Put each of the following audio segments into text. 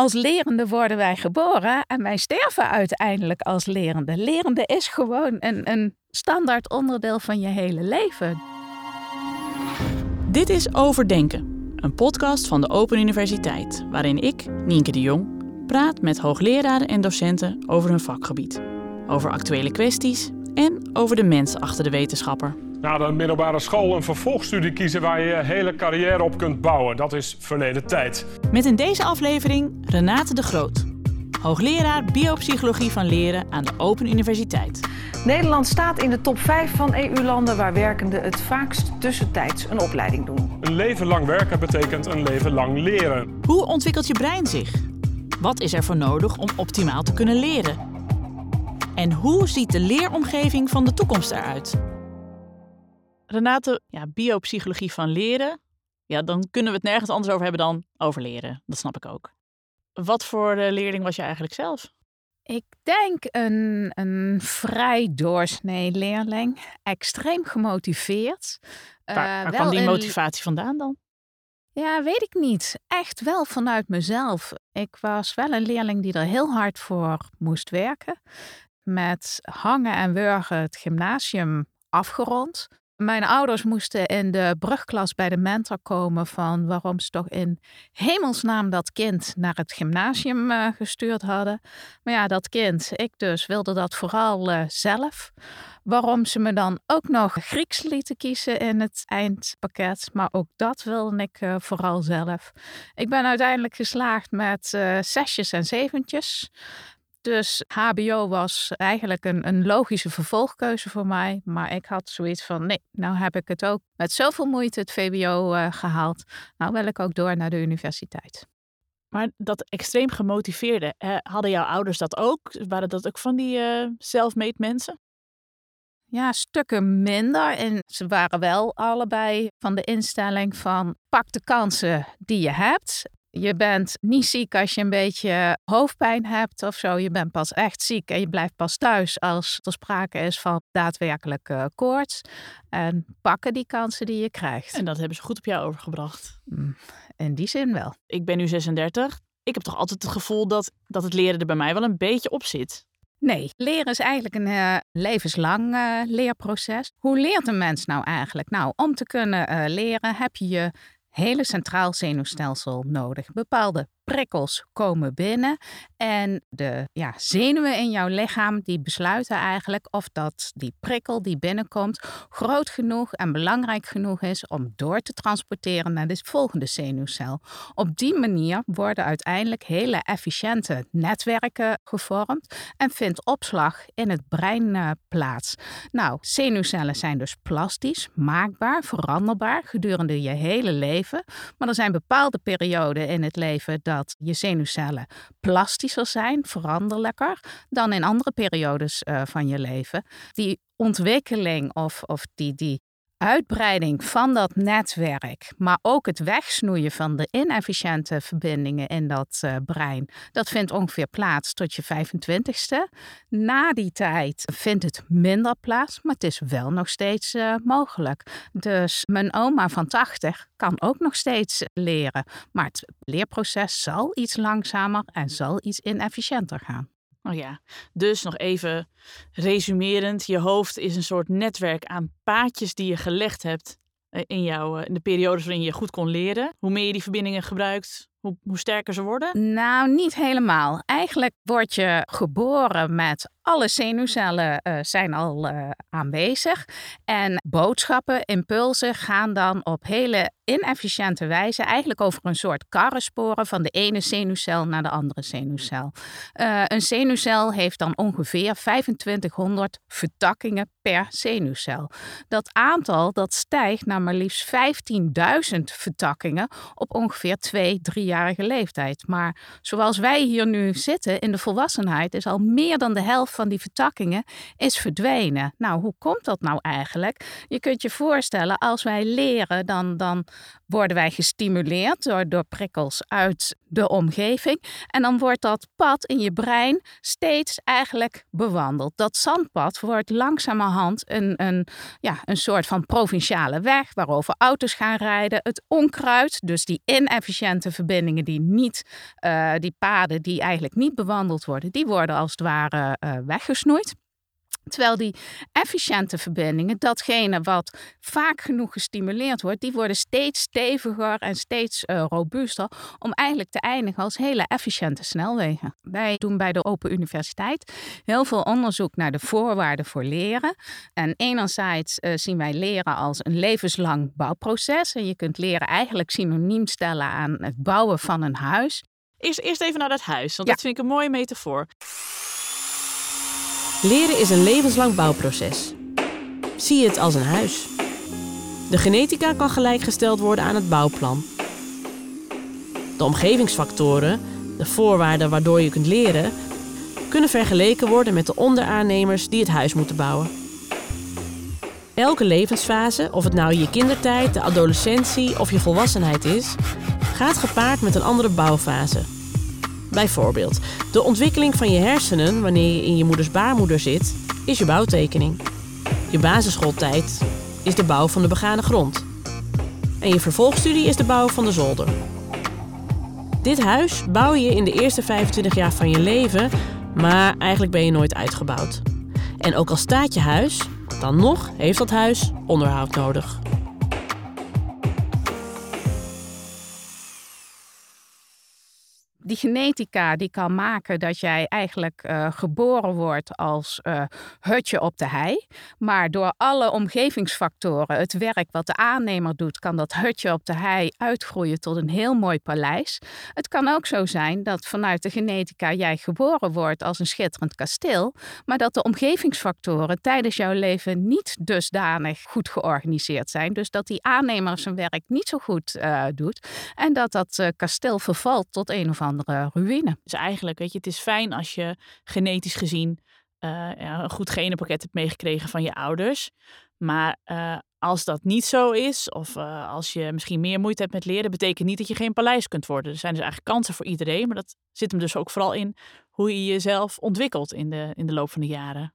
Als lerende worden wij geboren en wij sterven uiteindelijk als lerende. Lerende is gewoon een standaard onderdeel van je hele leven. Dit is Overdenken, een podcast van de Open Universiteit, waarin ik, Nienke de Jong, praat met hoogleraren en docenten over hun vakgebied. Over actuele kwesties en over de mens achter de wetenschapper. Na de middelbare school een vervolgstudie kiezen waar je je hele carrière op kunt bouwen. Dat is verleden tijd. Met in deze aflevering Renate de Groot, hoogleraar biopsychologie van leren aan de Open Universiteit. Nederland staat in de top 5 van EU-landen waar werkenden het vaakst tussentijds een opleiding doen. Een leven lang werken betekent een leven lang leren. Hoe ontwikkelt je brein zich? Wat is er voor nodig om optimaal te kunnen leren? En hoe ziet de leeromgeving van de toekomst eruit? Renate, biopsychologie van leren. Ja, dan kunnen we het nergens anders over hebben dan over leren. Dat snap ik ook. Wat voor leerling was je eigenlijk zelf? Ik denk een vrij doorsnee leerling. Extreem gemotiveerd. Waar kwam die motivatie vandaan dan? Ja, weet ik niet. Echt wel vanuit mezelf. Ik was wel een leerling die er heel hard voor moest werken. Met hangen en wurgen het gymnasium afgerond. Mijn ouders moesten in de brugklas bij de mentor komen van waarom ze toch in hemelsnaam dat kind naar het gymnasium gestuurd hadden. Maar ja, dat kind, ik dus, wilde dat vooral zelf. Waarom ze me dan ook nog Grieks lieten kiezen in het eindpakket. Maar ook dat wilde ik vooral zelf. Ik ben uiteindelijk geslaagd met 6'jes en 7'tjes. Dus HBO was eigenlijk een logische vervolgkeuze voor mij. Maar ik had zoiets van, nee, nou heb ik het ook met zoveel moeite het VWO gehaald. Nou wil ik ook door naar de universiteit. Maar dat extreem gemotiveerde, hadden jouw ouders dat ook? Waren dat ook van die self-made mensen? Ja, stukken minder. En ze waren wel allebei van de instelling van pak de kansen die je hebt. Je bent niet ziek als je een beetje hoofdpijn hebt of zo. Je bent pas echt ziek en je blijft pas thuis als er sprake is van daadwerkelijk koorts. En pakken die kansen die je krijgt. En dat hebben ze goed op jou overgebracht. In die zin wel. Ik ben nu 36. Ik heb toch altijd het gevoel dat het leren er bij mij wel een beetje op zit. Nee, leren is eigenlijk een levenslang leerproces. Hoe leert een mens nou eigenlijk? Nou, om te kunnen leren heb je je hele centraal zenuwstelsel nodig. Bepaalde prikkels komen binnen en de zenuwen in jouw lichaam die besluiten eigenlijk of dat die prikkel die binnenkomt groot genoeg en belangrijk genoeg is om door te transporteren naar de volgende zenuwcel. Op die manier worden uiteindelijk hele efficiënte netwerken gevormd en vindt opslag in het brein plaats. Nou, zenuwcellen zijn dus plastisch, maakbaar, veranderbaar gedurende je hele leven. Maar er zijn bepaalde perioden in het leven dat je zenuwcellen plastischer zijn, veranderlijker, dan in andere periodes van je leven. Die ontwikkeling of die uitbreiding van dat netwerk, maar ook het wegsnoeien van de inefficiënte verbindingen in dat brein, dat vindt ongeveer plaats tot je 25ste. Na die tijd vindt het minder plaats, maar het is wel nog steeds mogelijk. Dus mijn oma van 80 kan ook nog steeds leren, maar het leerproces zal iets langzamer en zal iets inefficiënter gaan. Oh ja, dus nog even resumerend. Je hoofd is een soort netwerk aan paadjes die je gelegd hebt in de periodes waarin je goed kon leren. Hoe meer je die verbindingen gebruikt, hoe sterker ze worden? Nou, niet helemaal. Eigenlijk word je geboren met alle zenuwcellen zijn al aanwezig. En boodschappen, impulsen gaan dan op hele inefficiënte wijze eigenlijk over een soort karrensporen van de ene zenuwcel naar de andere zenuwcel. Een zenuwcel heeft dan ongeveer 2500 vertakkingen per zenuwcel. Dat aantal dat stijgt naar maar liefst 15.000 vertakkingen op ongeveer 2-3-jarige leeftijd. Maar zoals wij hier nu zitten in de volwassenheid is al meer dan de helft van die vertakkingen is verdwenen. Nou, hoe komt dat nou eigenlijk? Je kunt je voorstellen, als wij leren, dan worden wij gestimuleerd door prikkels uit de omgeving. En dan wordt dat pad in je brein steeds eigenlijk bewandeld. Dat zandpad wordt langzamerhand een soort van provinciale weg waarover auto's gaan rijden. Het onkruid, dus die inefficiënte verbinding verbindingen die paden die eigenlijk niet bewandeld worden, die worden als het ware weggesnoeid. Terwijl die efficiënte verbindingen, datgene wat vaak genoeg gestimuleerd wordt, die worden steeds steviger en steeds robuuster om eigenlijk te eindigen als hele efficiënte snelwegen. Wij doen bij de Open Universiteit heel veel onderzoek naar de voorwaarden voor leren. En enerzijds zien wij leren als een levenslang bouwproces. En je kunt leren eigenlijk synoniem stellen aan het bouwen van een huis. Eerst even naar dat huis, want Ja. dat vind ik een mooie metafoor. Leren is een levenslang bouwproces. Zie het als een huis. De genetica kan gelijkgesteld worden aan het bouwplan. De omgevingsfactoren, de voorwaarden waardoor je kunt leren, kunnen vergeleken worden met de onderaannemers die het huis moeten bouwen. Elke levensfase, of het nou je kindertijd, de adolescentie of je volwassenheid is, gaat gepaard met een andere bouwfase. Bijvoorbeeld, de ontwikkeling van je hersenen wanneer je in je moeders baarmoeder zit, is je bouwtekening. Je basisschooltijd is de bouw van de begane grond. En je vervolgstudie is de bouw van de zolder. Dit huis bouw je in de eerste 25 jaar van je leven, maar eigenlijk ben je nooit uitgebouwd. En ook al staat je huis, dan nog heeft dat huis onderhoud nodig. Die genetica die kan maken dat jij eigenlijk geboren wordt als hutje op de hei. Maar door alle omgevingsfactoren, het werk wat de aannemer doet, kan dat hutje op de hei uitgroeien tot een heel mooi paleis. Het kan ook zo zijn dat vanuit de genetica jij geboren wordt als een schitterend kasteel. Maar dat de omgevingsfactoren tijdens jouw leven niet dusdanig goed georganiseerd zijn. Dus dat die aannemer zijn werk niet zo goed doet. En dat kasteel vervalt tot een of andere ruïne. Dus eigenlijk, weet je, het is fijn als je genetisch gezien een goed genenpakket hebt meegekregen van je ouders. Maar als dat niet zo is, of als je misschien meer moeite hebt met leren, betekent niet dat je geen paleis kunt worden. Er zijn dus eigenlijk kansen voor iedereen, maar dat zit hem dus ook vooral in hoe je jezelf ontwikkelt in de loop van de jaren.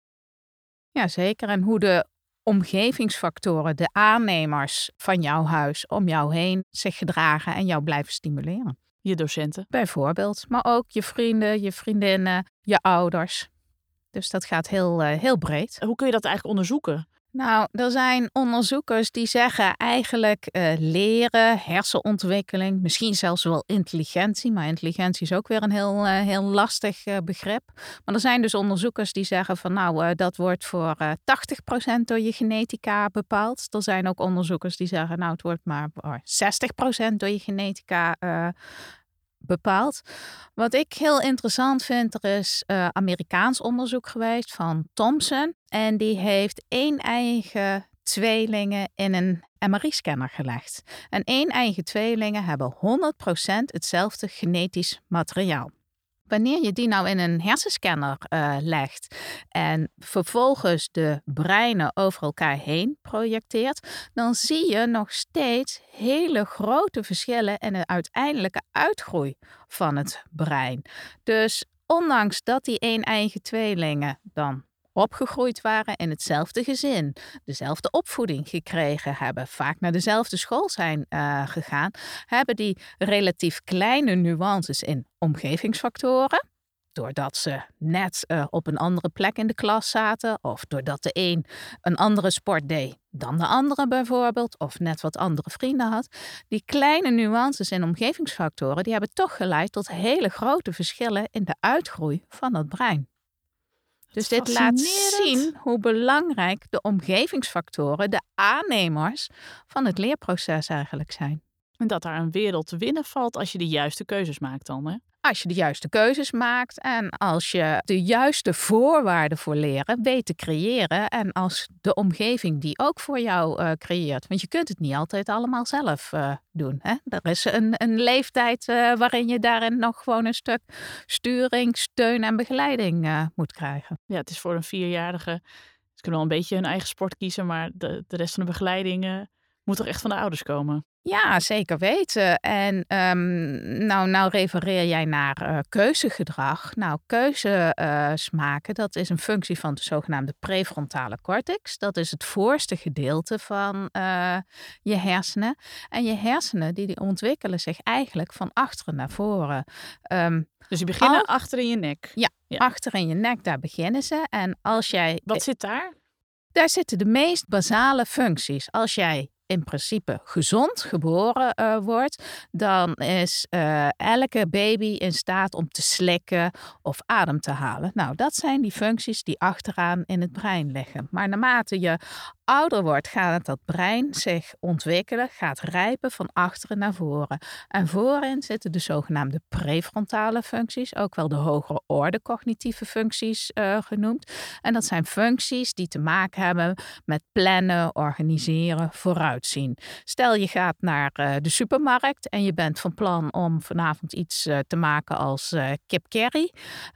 Ja, zeker. En hoe de omgevingsfactoren, de aannemers van jouw huis om jou heen zich gedragen en jou blijven stimuleren. Je docenten. Bijvoorbeeld, maar ook je vrienden, je vriendinnen, je ouders. Dus dat gaat heel breed. Hoe kun je dat eigenlijk onderzoeken? Nou, er zijn onderzoekers die zeggen eigenlijk leren, hersenontwikkeling, misschien zelfs wel intelligentie. Maar intelligentie is ook weer een heel lastig begrip. Maar er zijn dus onderzoekers die zeggen van nou, dat wordt voor 80% door je genetica bepaald. Er zijn ook onderzoekers die zeggen nou, het wordt maar 60% door je genetica bepaald. Wat ik heel interessant vind, er is Amerikaans onderzoek geweest van Thompson. En die heeft een-eigen tweelingen in een MRI-scanner gelegd. En een-eigen tweelingen hebben 100% hetzelfde genetisch materiaal. Wanneer je die nou in een hersenscanner legt en vervolgens de breinen over elkaar heen projecteert, dan zie je nog steeds hele grote verschillen in de uiteindelijke uitgroei van het brein. Dus ondanks dat die een-eigen tweelingen dan opgegroeid waren in hetzelfde gezin, dezelfde opvoeding gekregen hebben, vaak naar dezelfde school zijn gegaan, hebben die relatief kleine nuances in omgevingsfactoren, doordat ze net op een andere plek in de klas zaten, of doordat de een andere sport deed dan de andere bijvoorbeeld, of net wat andere vrienden had. Die kleine nuances in omgevingsfactoren, die hebben toch geleid tot hele grote verschillen in de uitgroei van het brein. Dus dit laat zien hoe belangrijk de omgevingsfactoren, de aannemers van het leerproces eigenlijk zijn. En dat daar een wereld te winnen valt als je de juiste keuzes maakt dan, hè? Als je de juiste keuzes maakt en als je de juiste voorwaarden voor leren weet te creëren en als de omgeving die ook voor jou creëert. Want je kunt het niet altijd allemaal zelf doen. Hè? Er is een leeftijd waarin je daarin nog gewoon een stuk sturing, steun en begeleiding moet krijgen. Ja, het is voor een 4-jarige. Ze kunnen wel een beetje hun eigen sport kiezen, maar de rest van de begeleiding moet toch echt van de ouders komen. Ja, zeker weten. En nou refereer jij naar keuzegedrag. Nou, keuzes maken, dat is een functie van de zogenaamde prefrontale cortex. Dat is het voorste gedeelte van je hersenen. En je hersenen die ontwikkelen zich eigenlijk van achteren naar voren. Dus die beginnen achter in je nek? Ja, achter in je nek, daar beginnen ze. En als jij... Wat zit daar? Daar zitten de meest basale functies. Als jij in principe gezond geboren wordt, dan is elke baby in staat om te slikken of adem te halen. Nou, dat zijn die functies die achteraan in het brein liggen. Maar naarmate je ouder wordt, gaat dat brein zich ontwikkelen, gaat rijpen van achteren naar voren. En voorin zitten de zogenaamde prefrontale functies, ook wel de hogere orde cognitieve functies genoemd. En dat zijn functies die te maken hebben met plannen, organiseren, vooruitzien. Stel je gaat naar de supermarkt en je bent van plan om vanavond iets te maken als kip curry.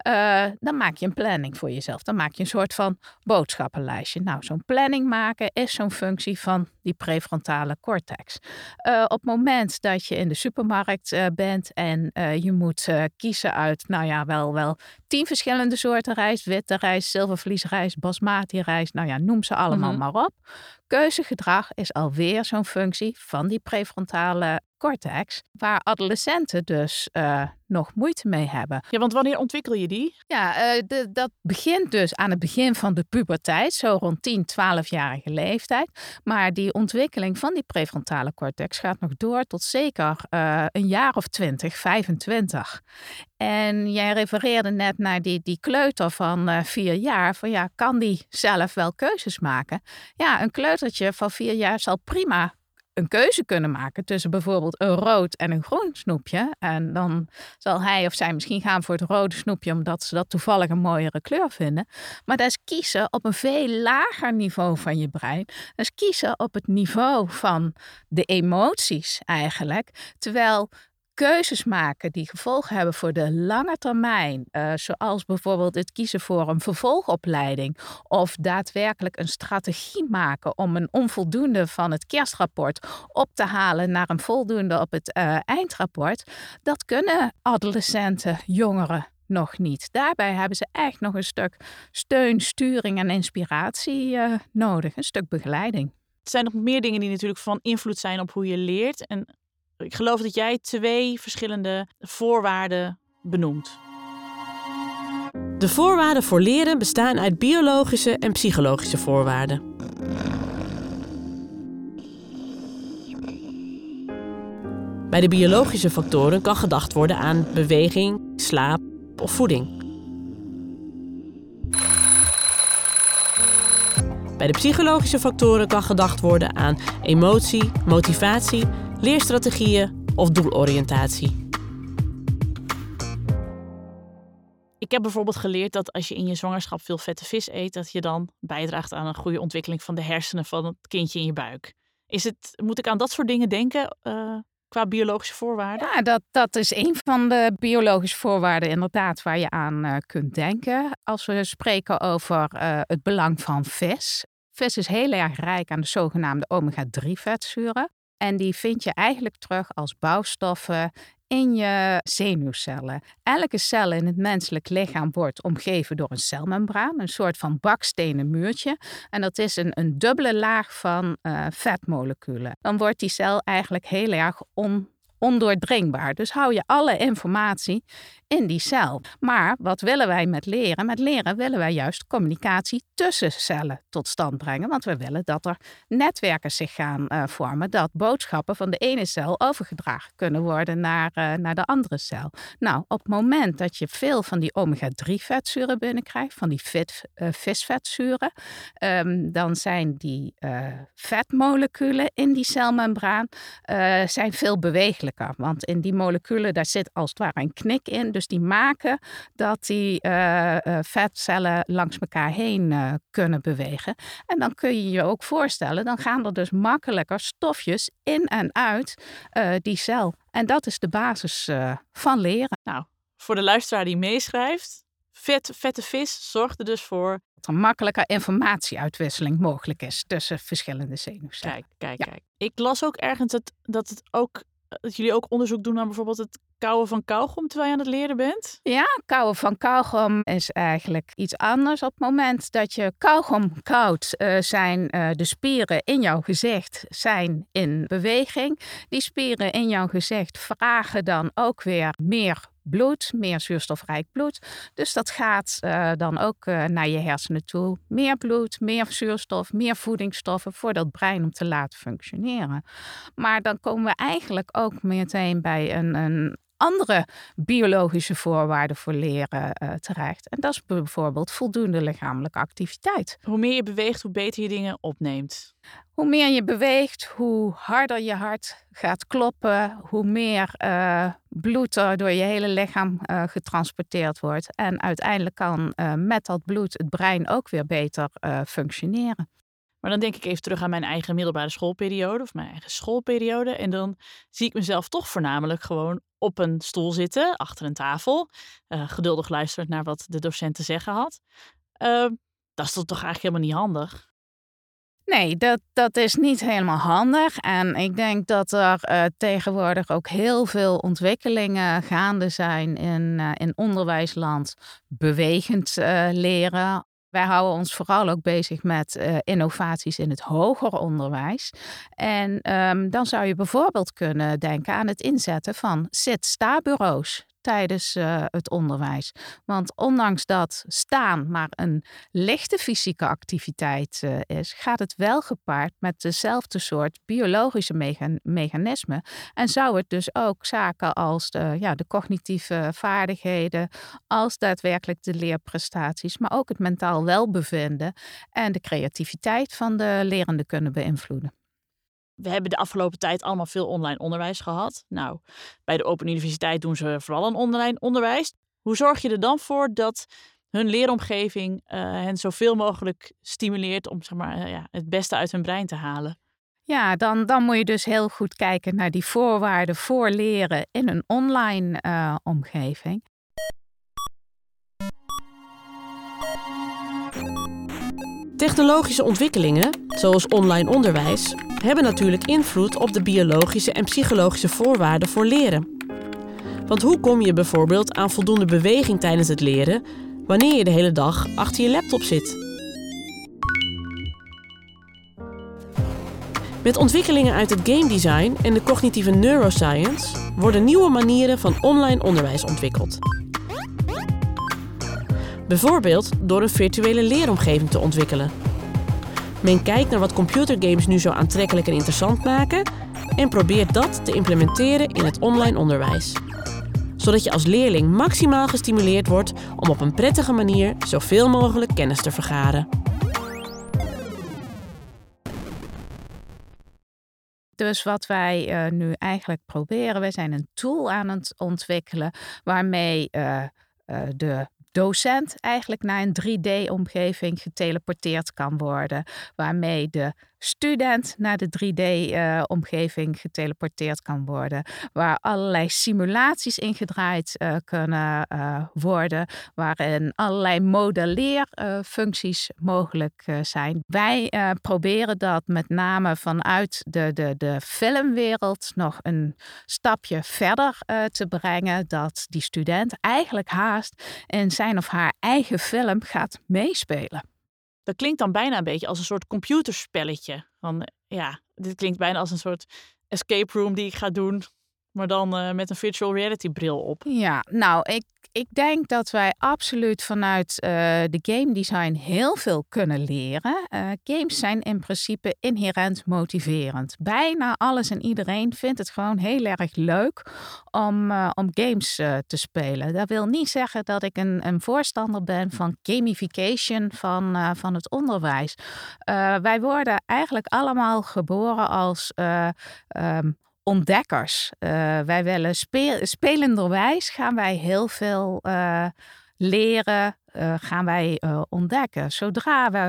Dan maak je een planning voor jezelf. Dan maak je een soort van boodschappenlijstje. Nou, zo'n planning maken is zo'n functie van die prefrontale cortex. Op het moment dat je in de supermarkt bent en je moet kiezen uit, wel 10 verschillende soorten rijst, witte rijst, zilvervliesrijst, basmati rijst, noem ze allemaal maar op. Keuzegedrag is alweer zo'n functie van die prefrontale cortex, waar adolescenten dus nog moeite mee hebben. Ja, want wanneer ontwikkel je die? Ja, dat begint dus aan het begin van de puberteit, zo rond 10, 12-jarige leeftijd. Maar die ontwikkeling van die prefrontale cortex gaat nog door tot zeker een jaar of 20, 25. En jij refereerde net naar die kleuter van 4 jaar. Van ja, kan die zelf wel keuzes maken? Ja, een kleutertje van 4 jaar zal prima een keuze kunnen maken tussen bijvoorbeeld een rood en een groen snoepje. En dan zal hij of zij misschien gaan voor het rode snoepje, omdat ze dat toevallig een mooiere kleur vinden. Maar dat is kiezen op een veel lager niveau van je brein. Dat is kiezen op het niveau van de emoties eigenlijk. Terwijl keuzes maken die gevolgen hebben voor de lange termijn, zoals bijvoorbeeld het kiezen voor een vervolgopleiding of daadwerkelijk een strategie maken om een onvoldoende van het kerstrapport op te halen naar een voldoende op het eindrapport, dat kunnen adolescenten, jongeren nog niet. Daarbij hebben ze echt nog een stuk steun, sturing en inspiratie nodig, een stuk begeleiding. Er zijn nog meer dingen die natuurlijk van invloed zijn op hoe je leert. En ik geloof dat jij 2 verschillende voorwaarden benoemt. De voorwaarden voor leren bestaan uit biologische en psychologische voorwaarden. Bij de biologische factoren kan gedacht worden aan beweging, slaap of voeding. Bij de psychologische factoren kan gedacht worden aan emotie, motivatie, leerstrategieën of doeloriëntatie. Ik heb bijvoorbeeld geleerd dat als je in je zwangerschap veel vette vis eet, dat je dan bijdraagt aan een goede ontwikkeling van de hersenen van het kindje in je buik. Moet ik aan dat soort dingen denken qua biologische voorwaarden? Ja, dat is een van de biologische voorwaarden inderdaad waar je aan kunt denken. Als we spreken over het belang van vis. Vis is heel erg rijk aan de zogenaamde omega-3 vetzuren. En die vind je eigenlijk terug als bouwstoffen in je zenuwcellen. Elke cel in het menselijk lichaam wordt omgeven door een celmembraan, een soort van bakstenen muurtje. En dat is een dubbele laag van vetmoleculen. Dan wordt die cel eigenlijk heel erg ondoordringbaar. Dus hou je alle informatie in die cel. Maar wat willen wij met leren? Met leren willen wij juist communicatie tussen cellen tot stand brengen. Want we willen dat er netwerken zich gaan vormen. Dat boodschappen van de ene cel overgedragen kunnen worden naar de andere cel. Nou, op het moment dat je veel van die omega-3 vetzuren binnenkrijgt, van die visvetzuren, dan zijn die vetmoleculen in die celmembraan zijn veel bewegelijker. Want in die moleculen, daar zit als het ware een knik in. Dus die maken dat die vetcellen langs elkaar heen kunnen bewegen. En dan kun je je ook voorstellen, dan gaan er dus makkelijker stofjes in en uit die cel. En dat is de basis van leren. Nou, voor de luisteraar die meeschrijft, vette vis zorgt er dus voor... Dat er makkelijker informatieuitwisseling mogelijk is tussen verschillende zenuwcellen. Kijk. Ik las ook ergens dat jullie ook onderzoek doen naar bijvoorbeeld het kauwen van kauwgom terwijl je aan het leren bent. Ja, kauwen van kauwgom is eigenlijk iets anders. Op het moment dat je kauwgom kauwt, zijn de spieren in jouw gezicht zijn in beweging. Die spieren in jouw gezicht vragen dan ook weer meer bloed, meer zuurstofrijk bloed. Dus dat gaat dan ook naar je hersenen toe. Meer bloed, meer zuurstof, meer voedingsstoffen voor dat brein om te laten functioneren. Maar dan komen we eigenlijk ook meteen bij een andere biologische voorwaarden voor leren terecht. En dat is bijvoorbeeld voldoende lichamelijke activiteit. Hoe meer je beweegt, hoe beter je dingen opneemt. Hoe meer je beweegt, hoe harder je hart gaat kloppen, hoe meer bloed er door je hele lichaam getransporteerd wordt. En uiteindelijk kan met dat bloed het brein ook weer beter functioneren. Maar dan denk ik even terug aan mijn eigen middelbare schoolperiode of mijn eigen schoolperiode. En dan zie ik mezelf toch voornamelijk gewoon op een stoel zitten, achter een tafel. Geduldig luisterend naar wat de docent te zeggen had. Dat is toch eigenlijk helemaal niet handig? Nee, dat is niet helemaal handig. En ik denk dat er tegenwoordig ook heel veel ontwikkelingen gaande zijn in onderwijsland. Bewegend leren. Wij houden ons vooral ook bezig met innovaties in het hoger onderwijs. En dan zou je bijvoorbeeld kunnen denken aan het inzetten van zit-sta-bureaus tijdens het onderwijs. Want ondanks dat staan maar een lichte fysieke activiteit is, gaat het wel gepaard met dezelfde soort biologische mechanismen. En zou het dus ook zaken als de cognitieve vaardigheden, als daadwerkelijk de leerprestaties, maar ook het mentaal welbevinden en de creativiteit van de lerende kunnen beïnvloeden. We hebben de afgelopen tijd allemaal veel online onderwijs gehad. Nou, bij de Open Universiteit doen ze vooral een online onderwijs. Hoe zorg je er dan voor dat hun leeromgeving hen zoveel mogelijk stimuleert om het beste uit hun brein te halen? Ja, dan moet je dus heel goed kijken naar die voorwaarden voor leren in een online omgeving. Technologische ontwikkelingen, zoals online onderwijs, hebben natuurlijk invloed op de biologische en psychologische voorwaarden voor leren. Want hoe kom je bijvoorbeeld aan voldoende beweging tijdens het leren wanneer je de hele dag achter je laptop zit? Met ontwikkelingen uit het game design en de cognitieve neuroscience worden nieuwe manieren van online onderwijs ontwikkeld. Bijvoorbeeld door een virtuele leeromgeving te ontwikkelen. Men kijkt naar wat computergames nu zo aantrekkelijk en interessant maken en probeert dat te implementeren in het online onderwijs. Zodat je als leerling maximaal gestimuleerd wordt om op een prettige manier zoveel mogelijk kennis te vergaren. Dus wat wij nu eigenlijk proberen, wij zijn een tool aan het ontwikkelen waarmee de docent eigenlijk naar een 3D-omgeving geteleporteerd kan worden. Waarmee de student naar de 3D-omgeving geteleporteerd kan worden. Waar allerlei simulaties ingedraaid kunnen worden. Waarin allerlei modelleerfuncties mogelijk zijn. Wij proberen dat met name vanuit de filmwereld nog een stapje verder te brengen. Dat die student eigenlijk haast in zijn of haar eigen film gaat meespelen. Dat klinkt dan bijna een beetje als een soort computerspelletje. Dit klinkt bijna als een soort escape room die ik ga doen, maar dan met een virtual reality bril op. Ja, nou, ik denk dat wij absoluut vanuit de game design heel veel kunnen leren. Games zijn in principe inherent motiverend. Bijna alles en iedereen vindt het gewoon heel erg leuk om games te spelen. Dat wil niet zeggen dat ik een voorstander ben van gamification van het onderwijs. Wij worden eigenlijk allemaal geboren als ontdekkers. Wij willen spelenderwijs gaan wij heel veel leren, gaan wij ontdekken. Zodra we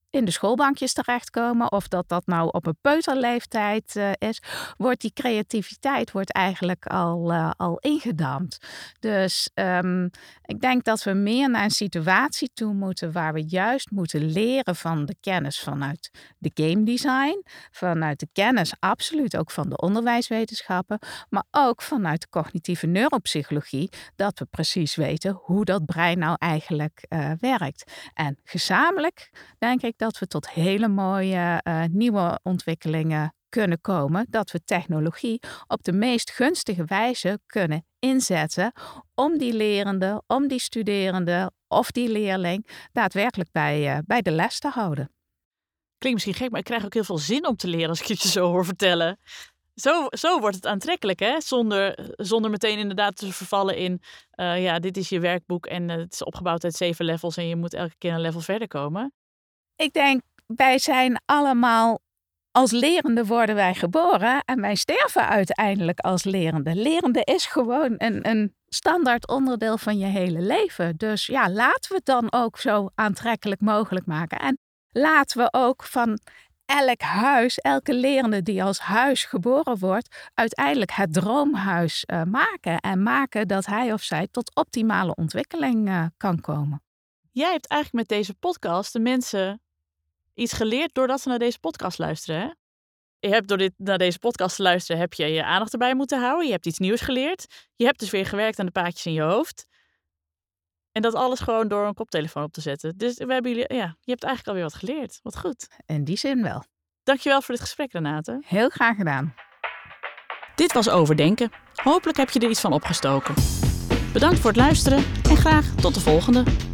in de schoolbankjes terechtkomen, of dat nou op een peuterleeftijd is, wordt die creativiteit eigenlijk al ingedampt. Dus ik denk dat we meer naar een situatie toe moeten waar we juist moeten leren van de kennis vanuit de game design, vanuit de kennis absoluut ook van de onderwijswetenschappen, maar ook vanuit de cognitieve neuropsychologie, dat we precies weten hoe dat brein nou eigenlijk werkt. En gezamenlijk denk ik dat we tot hele mooie nieuwe ontwikkelingen kunnen komen. Dat we technologie op de meest gunstige wijze kunnen inzetten om die lerende, om die studerende of die leerling daadwerkelijk bij de les te houden. Klinkt misschien gek, maar ik krijg ook heel veel zin om te leren als ik het je zo hoor vertellen. Zo wordt het aantrekkelijk, hè? Zonder meteen inderdaad te vervallen in... dit is je werkboek en het is opgebouwd uit 7 levels... en je moet elke keer een level verder komen. Ik denk, wij zijn allemaal... Als lerende worden wij geboren en wij sterven uiteindelijk als lerende. Lerende is gewoon een standaard onderdeel van je hele leven. Dus ja, laten we het dan ook zo aantrekkelijk mogelijk maken. En laten we ook van elk huis, elke lerende die als huis geboren wordt, uiteindelijk het droomhuis maken. En maken dat hij of zij tot optimale ontwikkeling kan komen. Jij hebt eigenlijk met deze podcast de mensen iets geleerd doordat ze naar deze podcast luisteren, hè? Je hebt naar deze podcast te luisteren, heb je je aandacht erbij moeten houden. Je hebt iets nieuws geleerd. Je hebt dus weer gewerkt aan de paadjes in je hoofd. En dat alles gewoon door een koptelefoon op te zetten. Dus je hebt eigenlijk alweer wat geleerd. Wat goed. In die zin wel. Dankjewel voor dit gesprek, Renate. Heel graag gedaan. Dit was Overdenken. Hopelijk heb je er iets van opgestoken. Bedankt voor het luisteren en graag tot de volgende.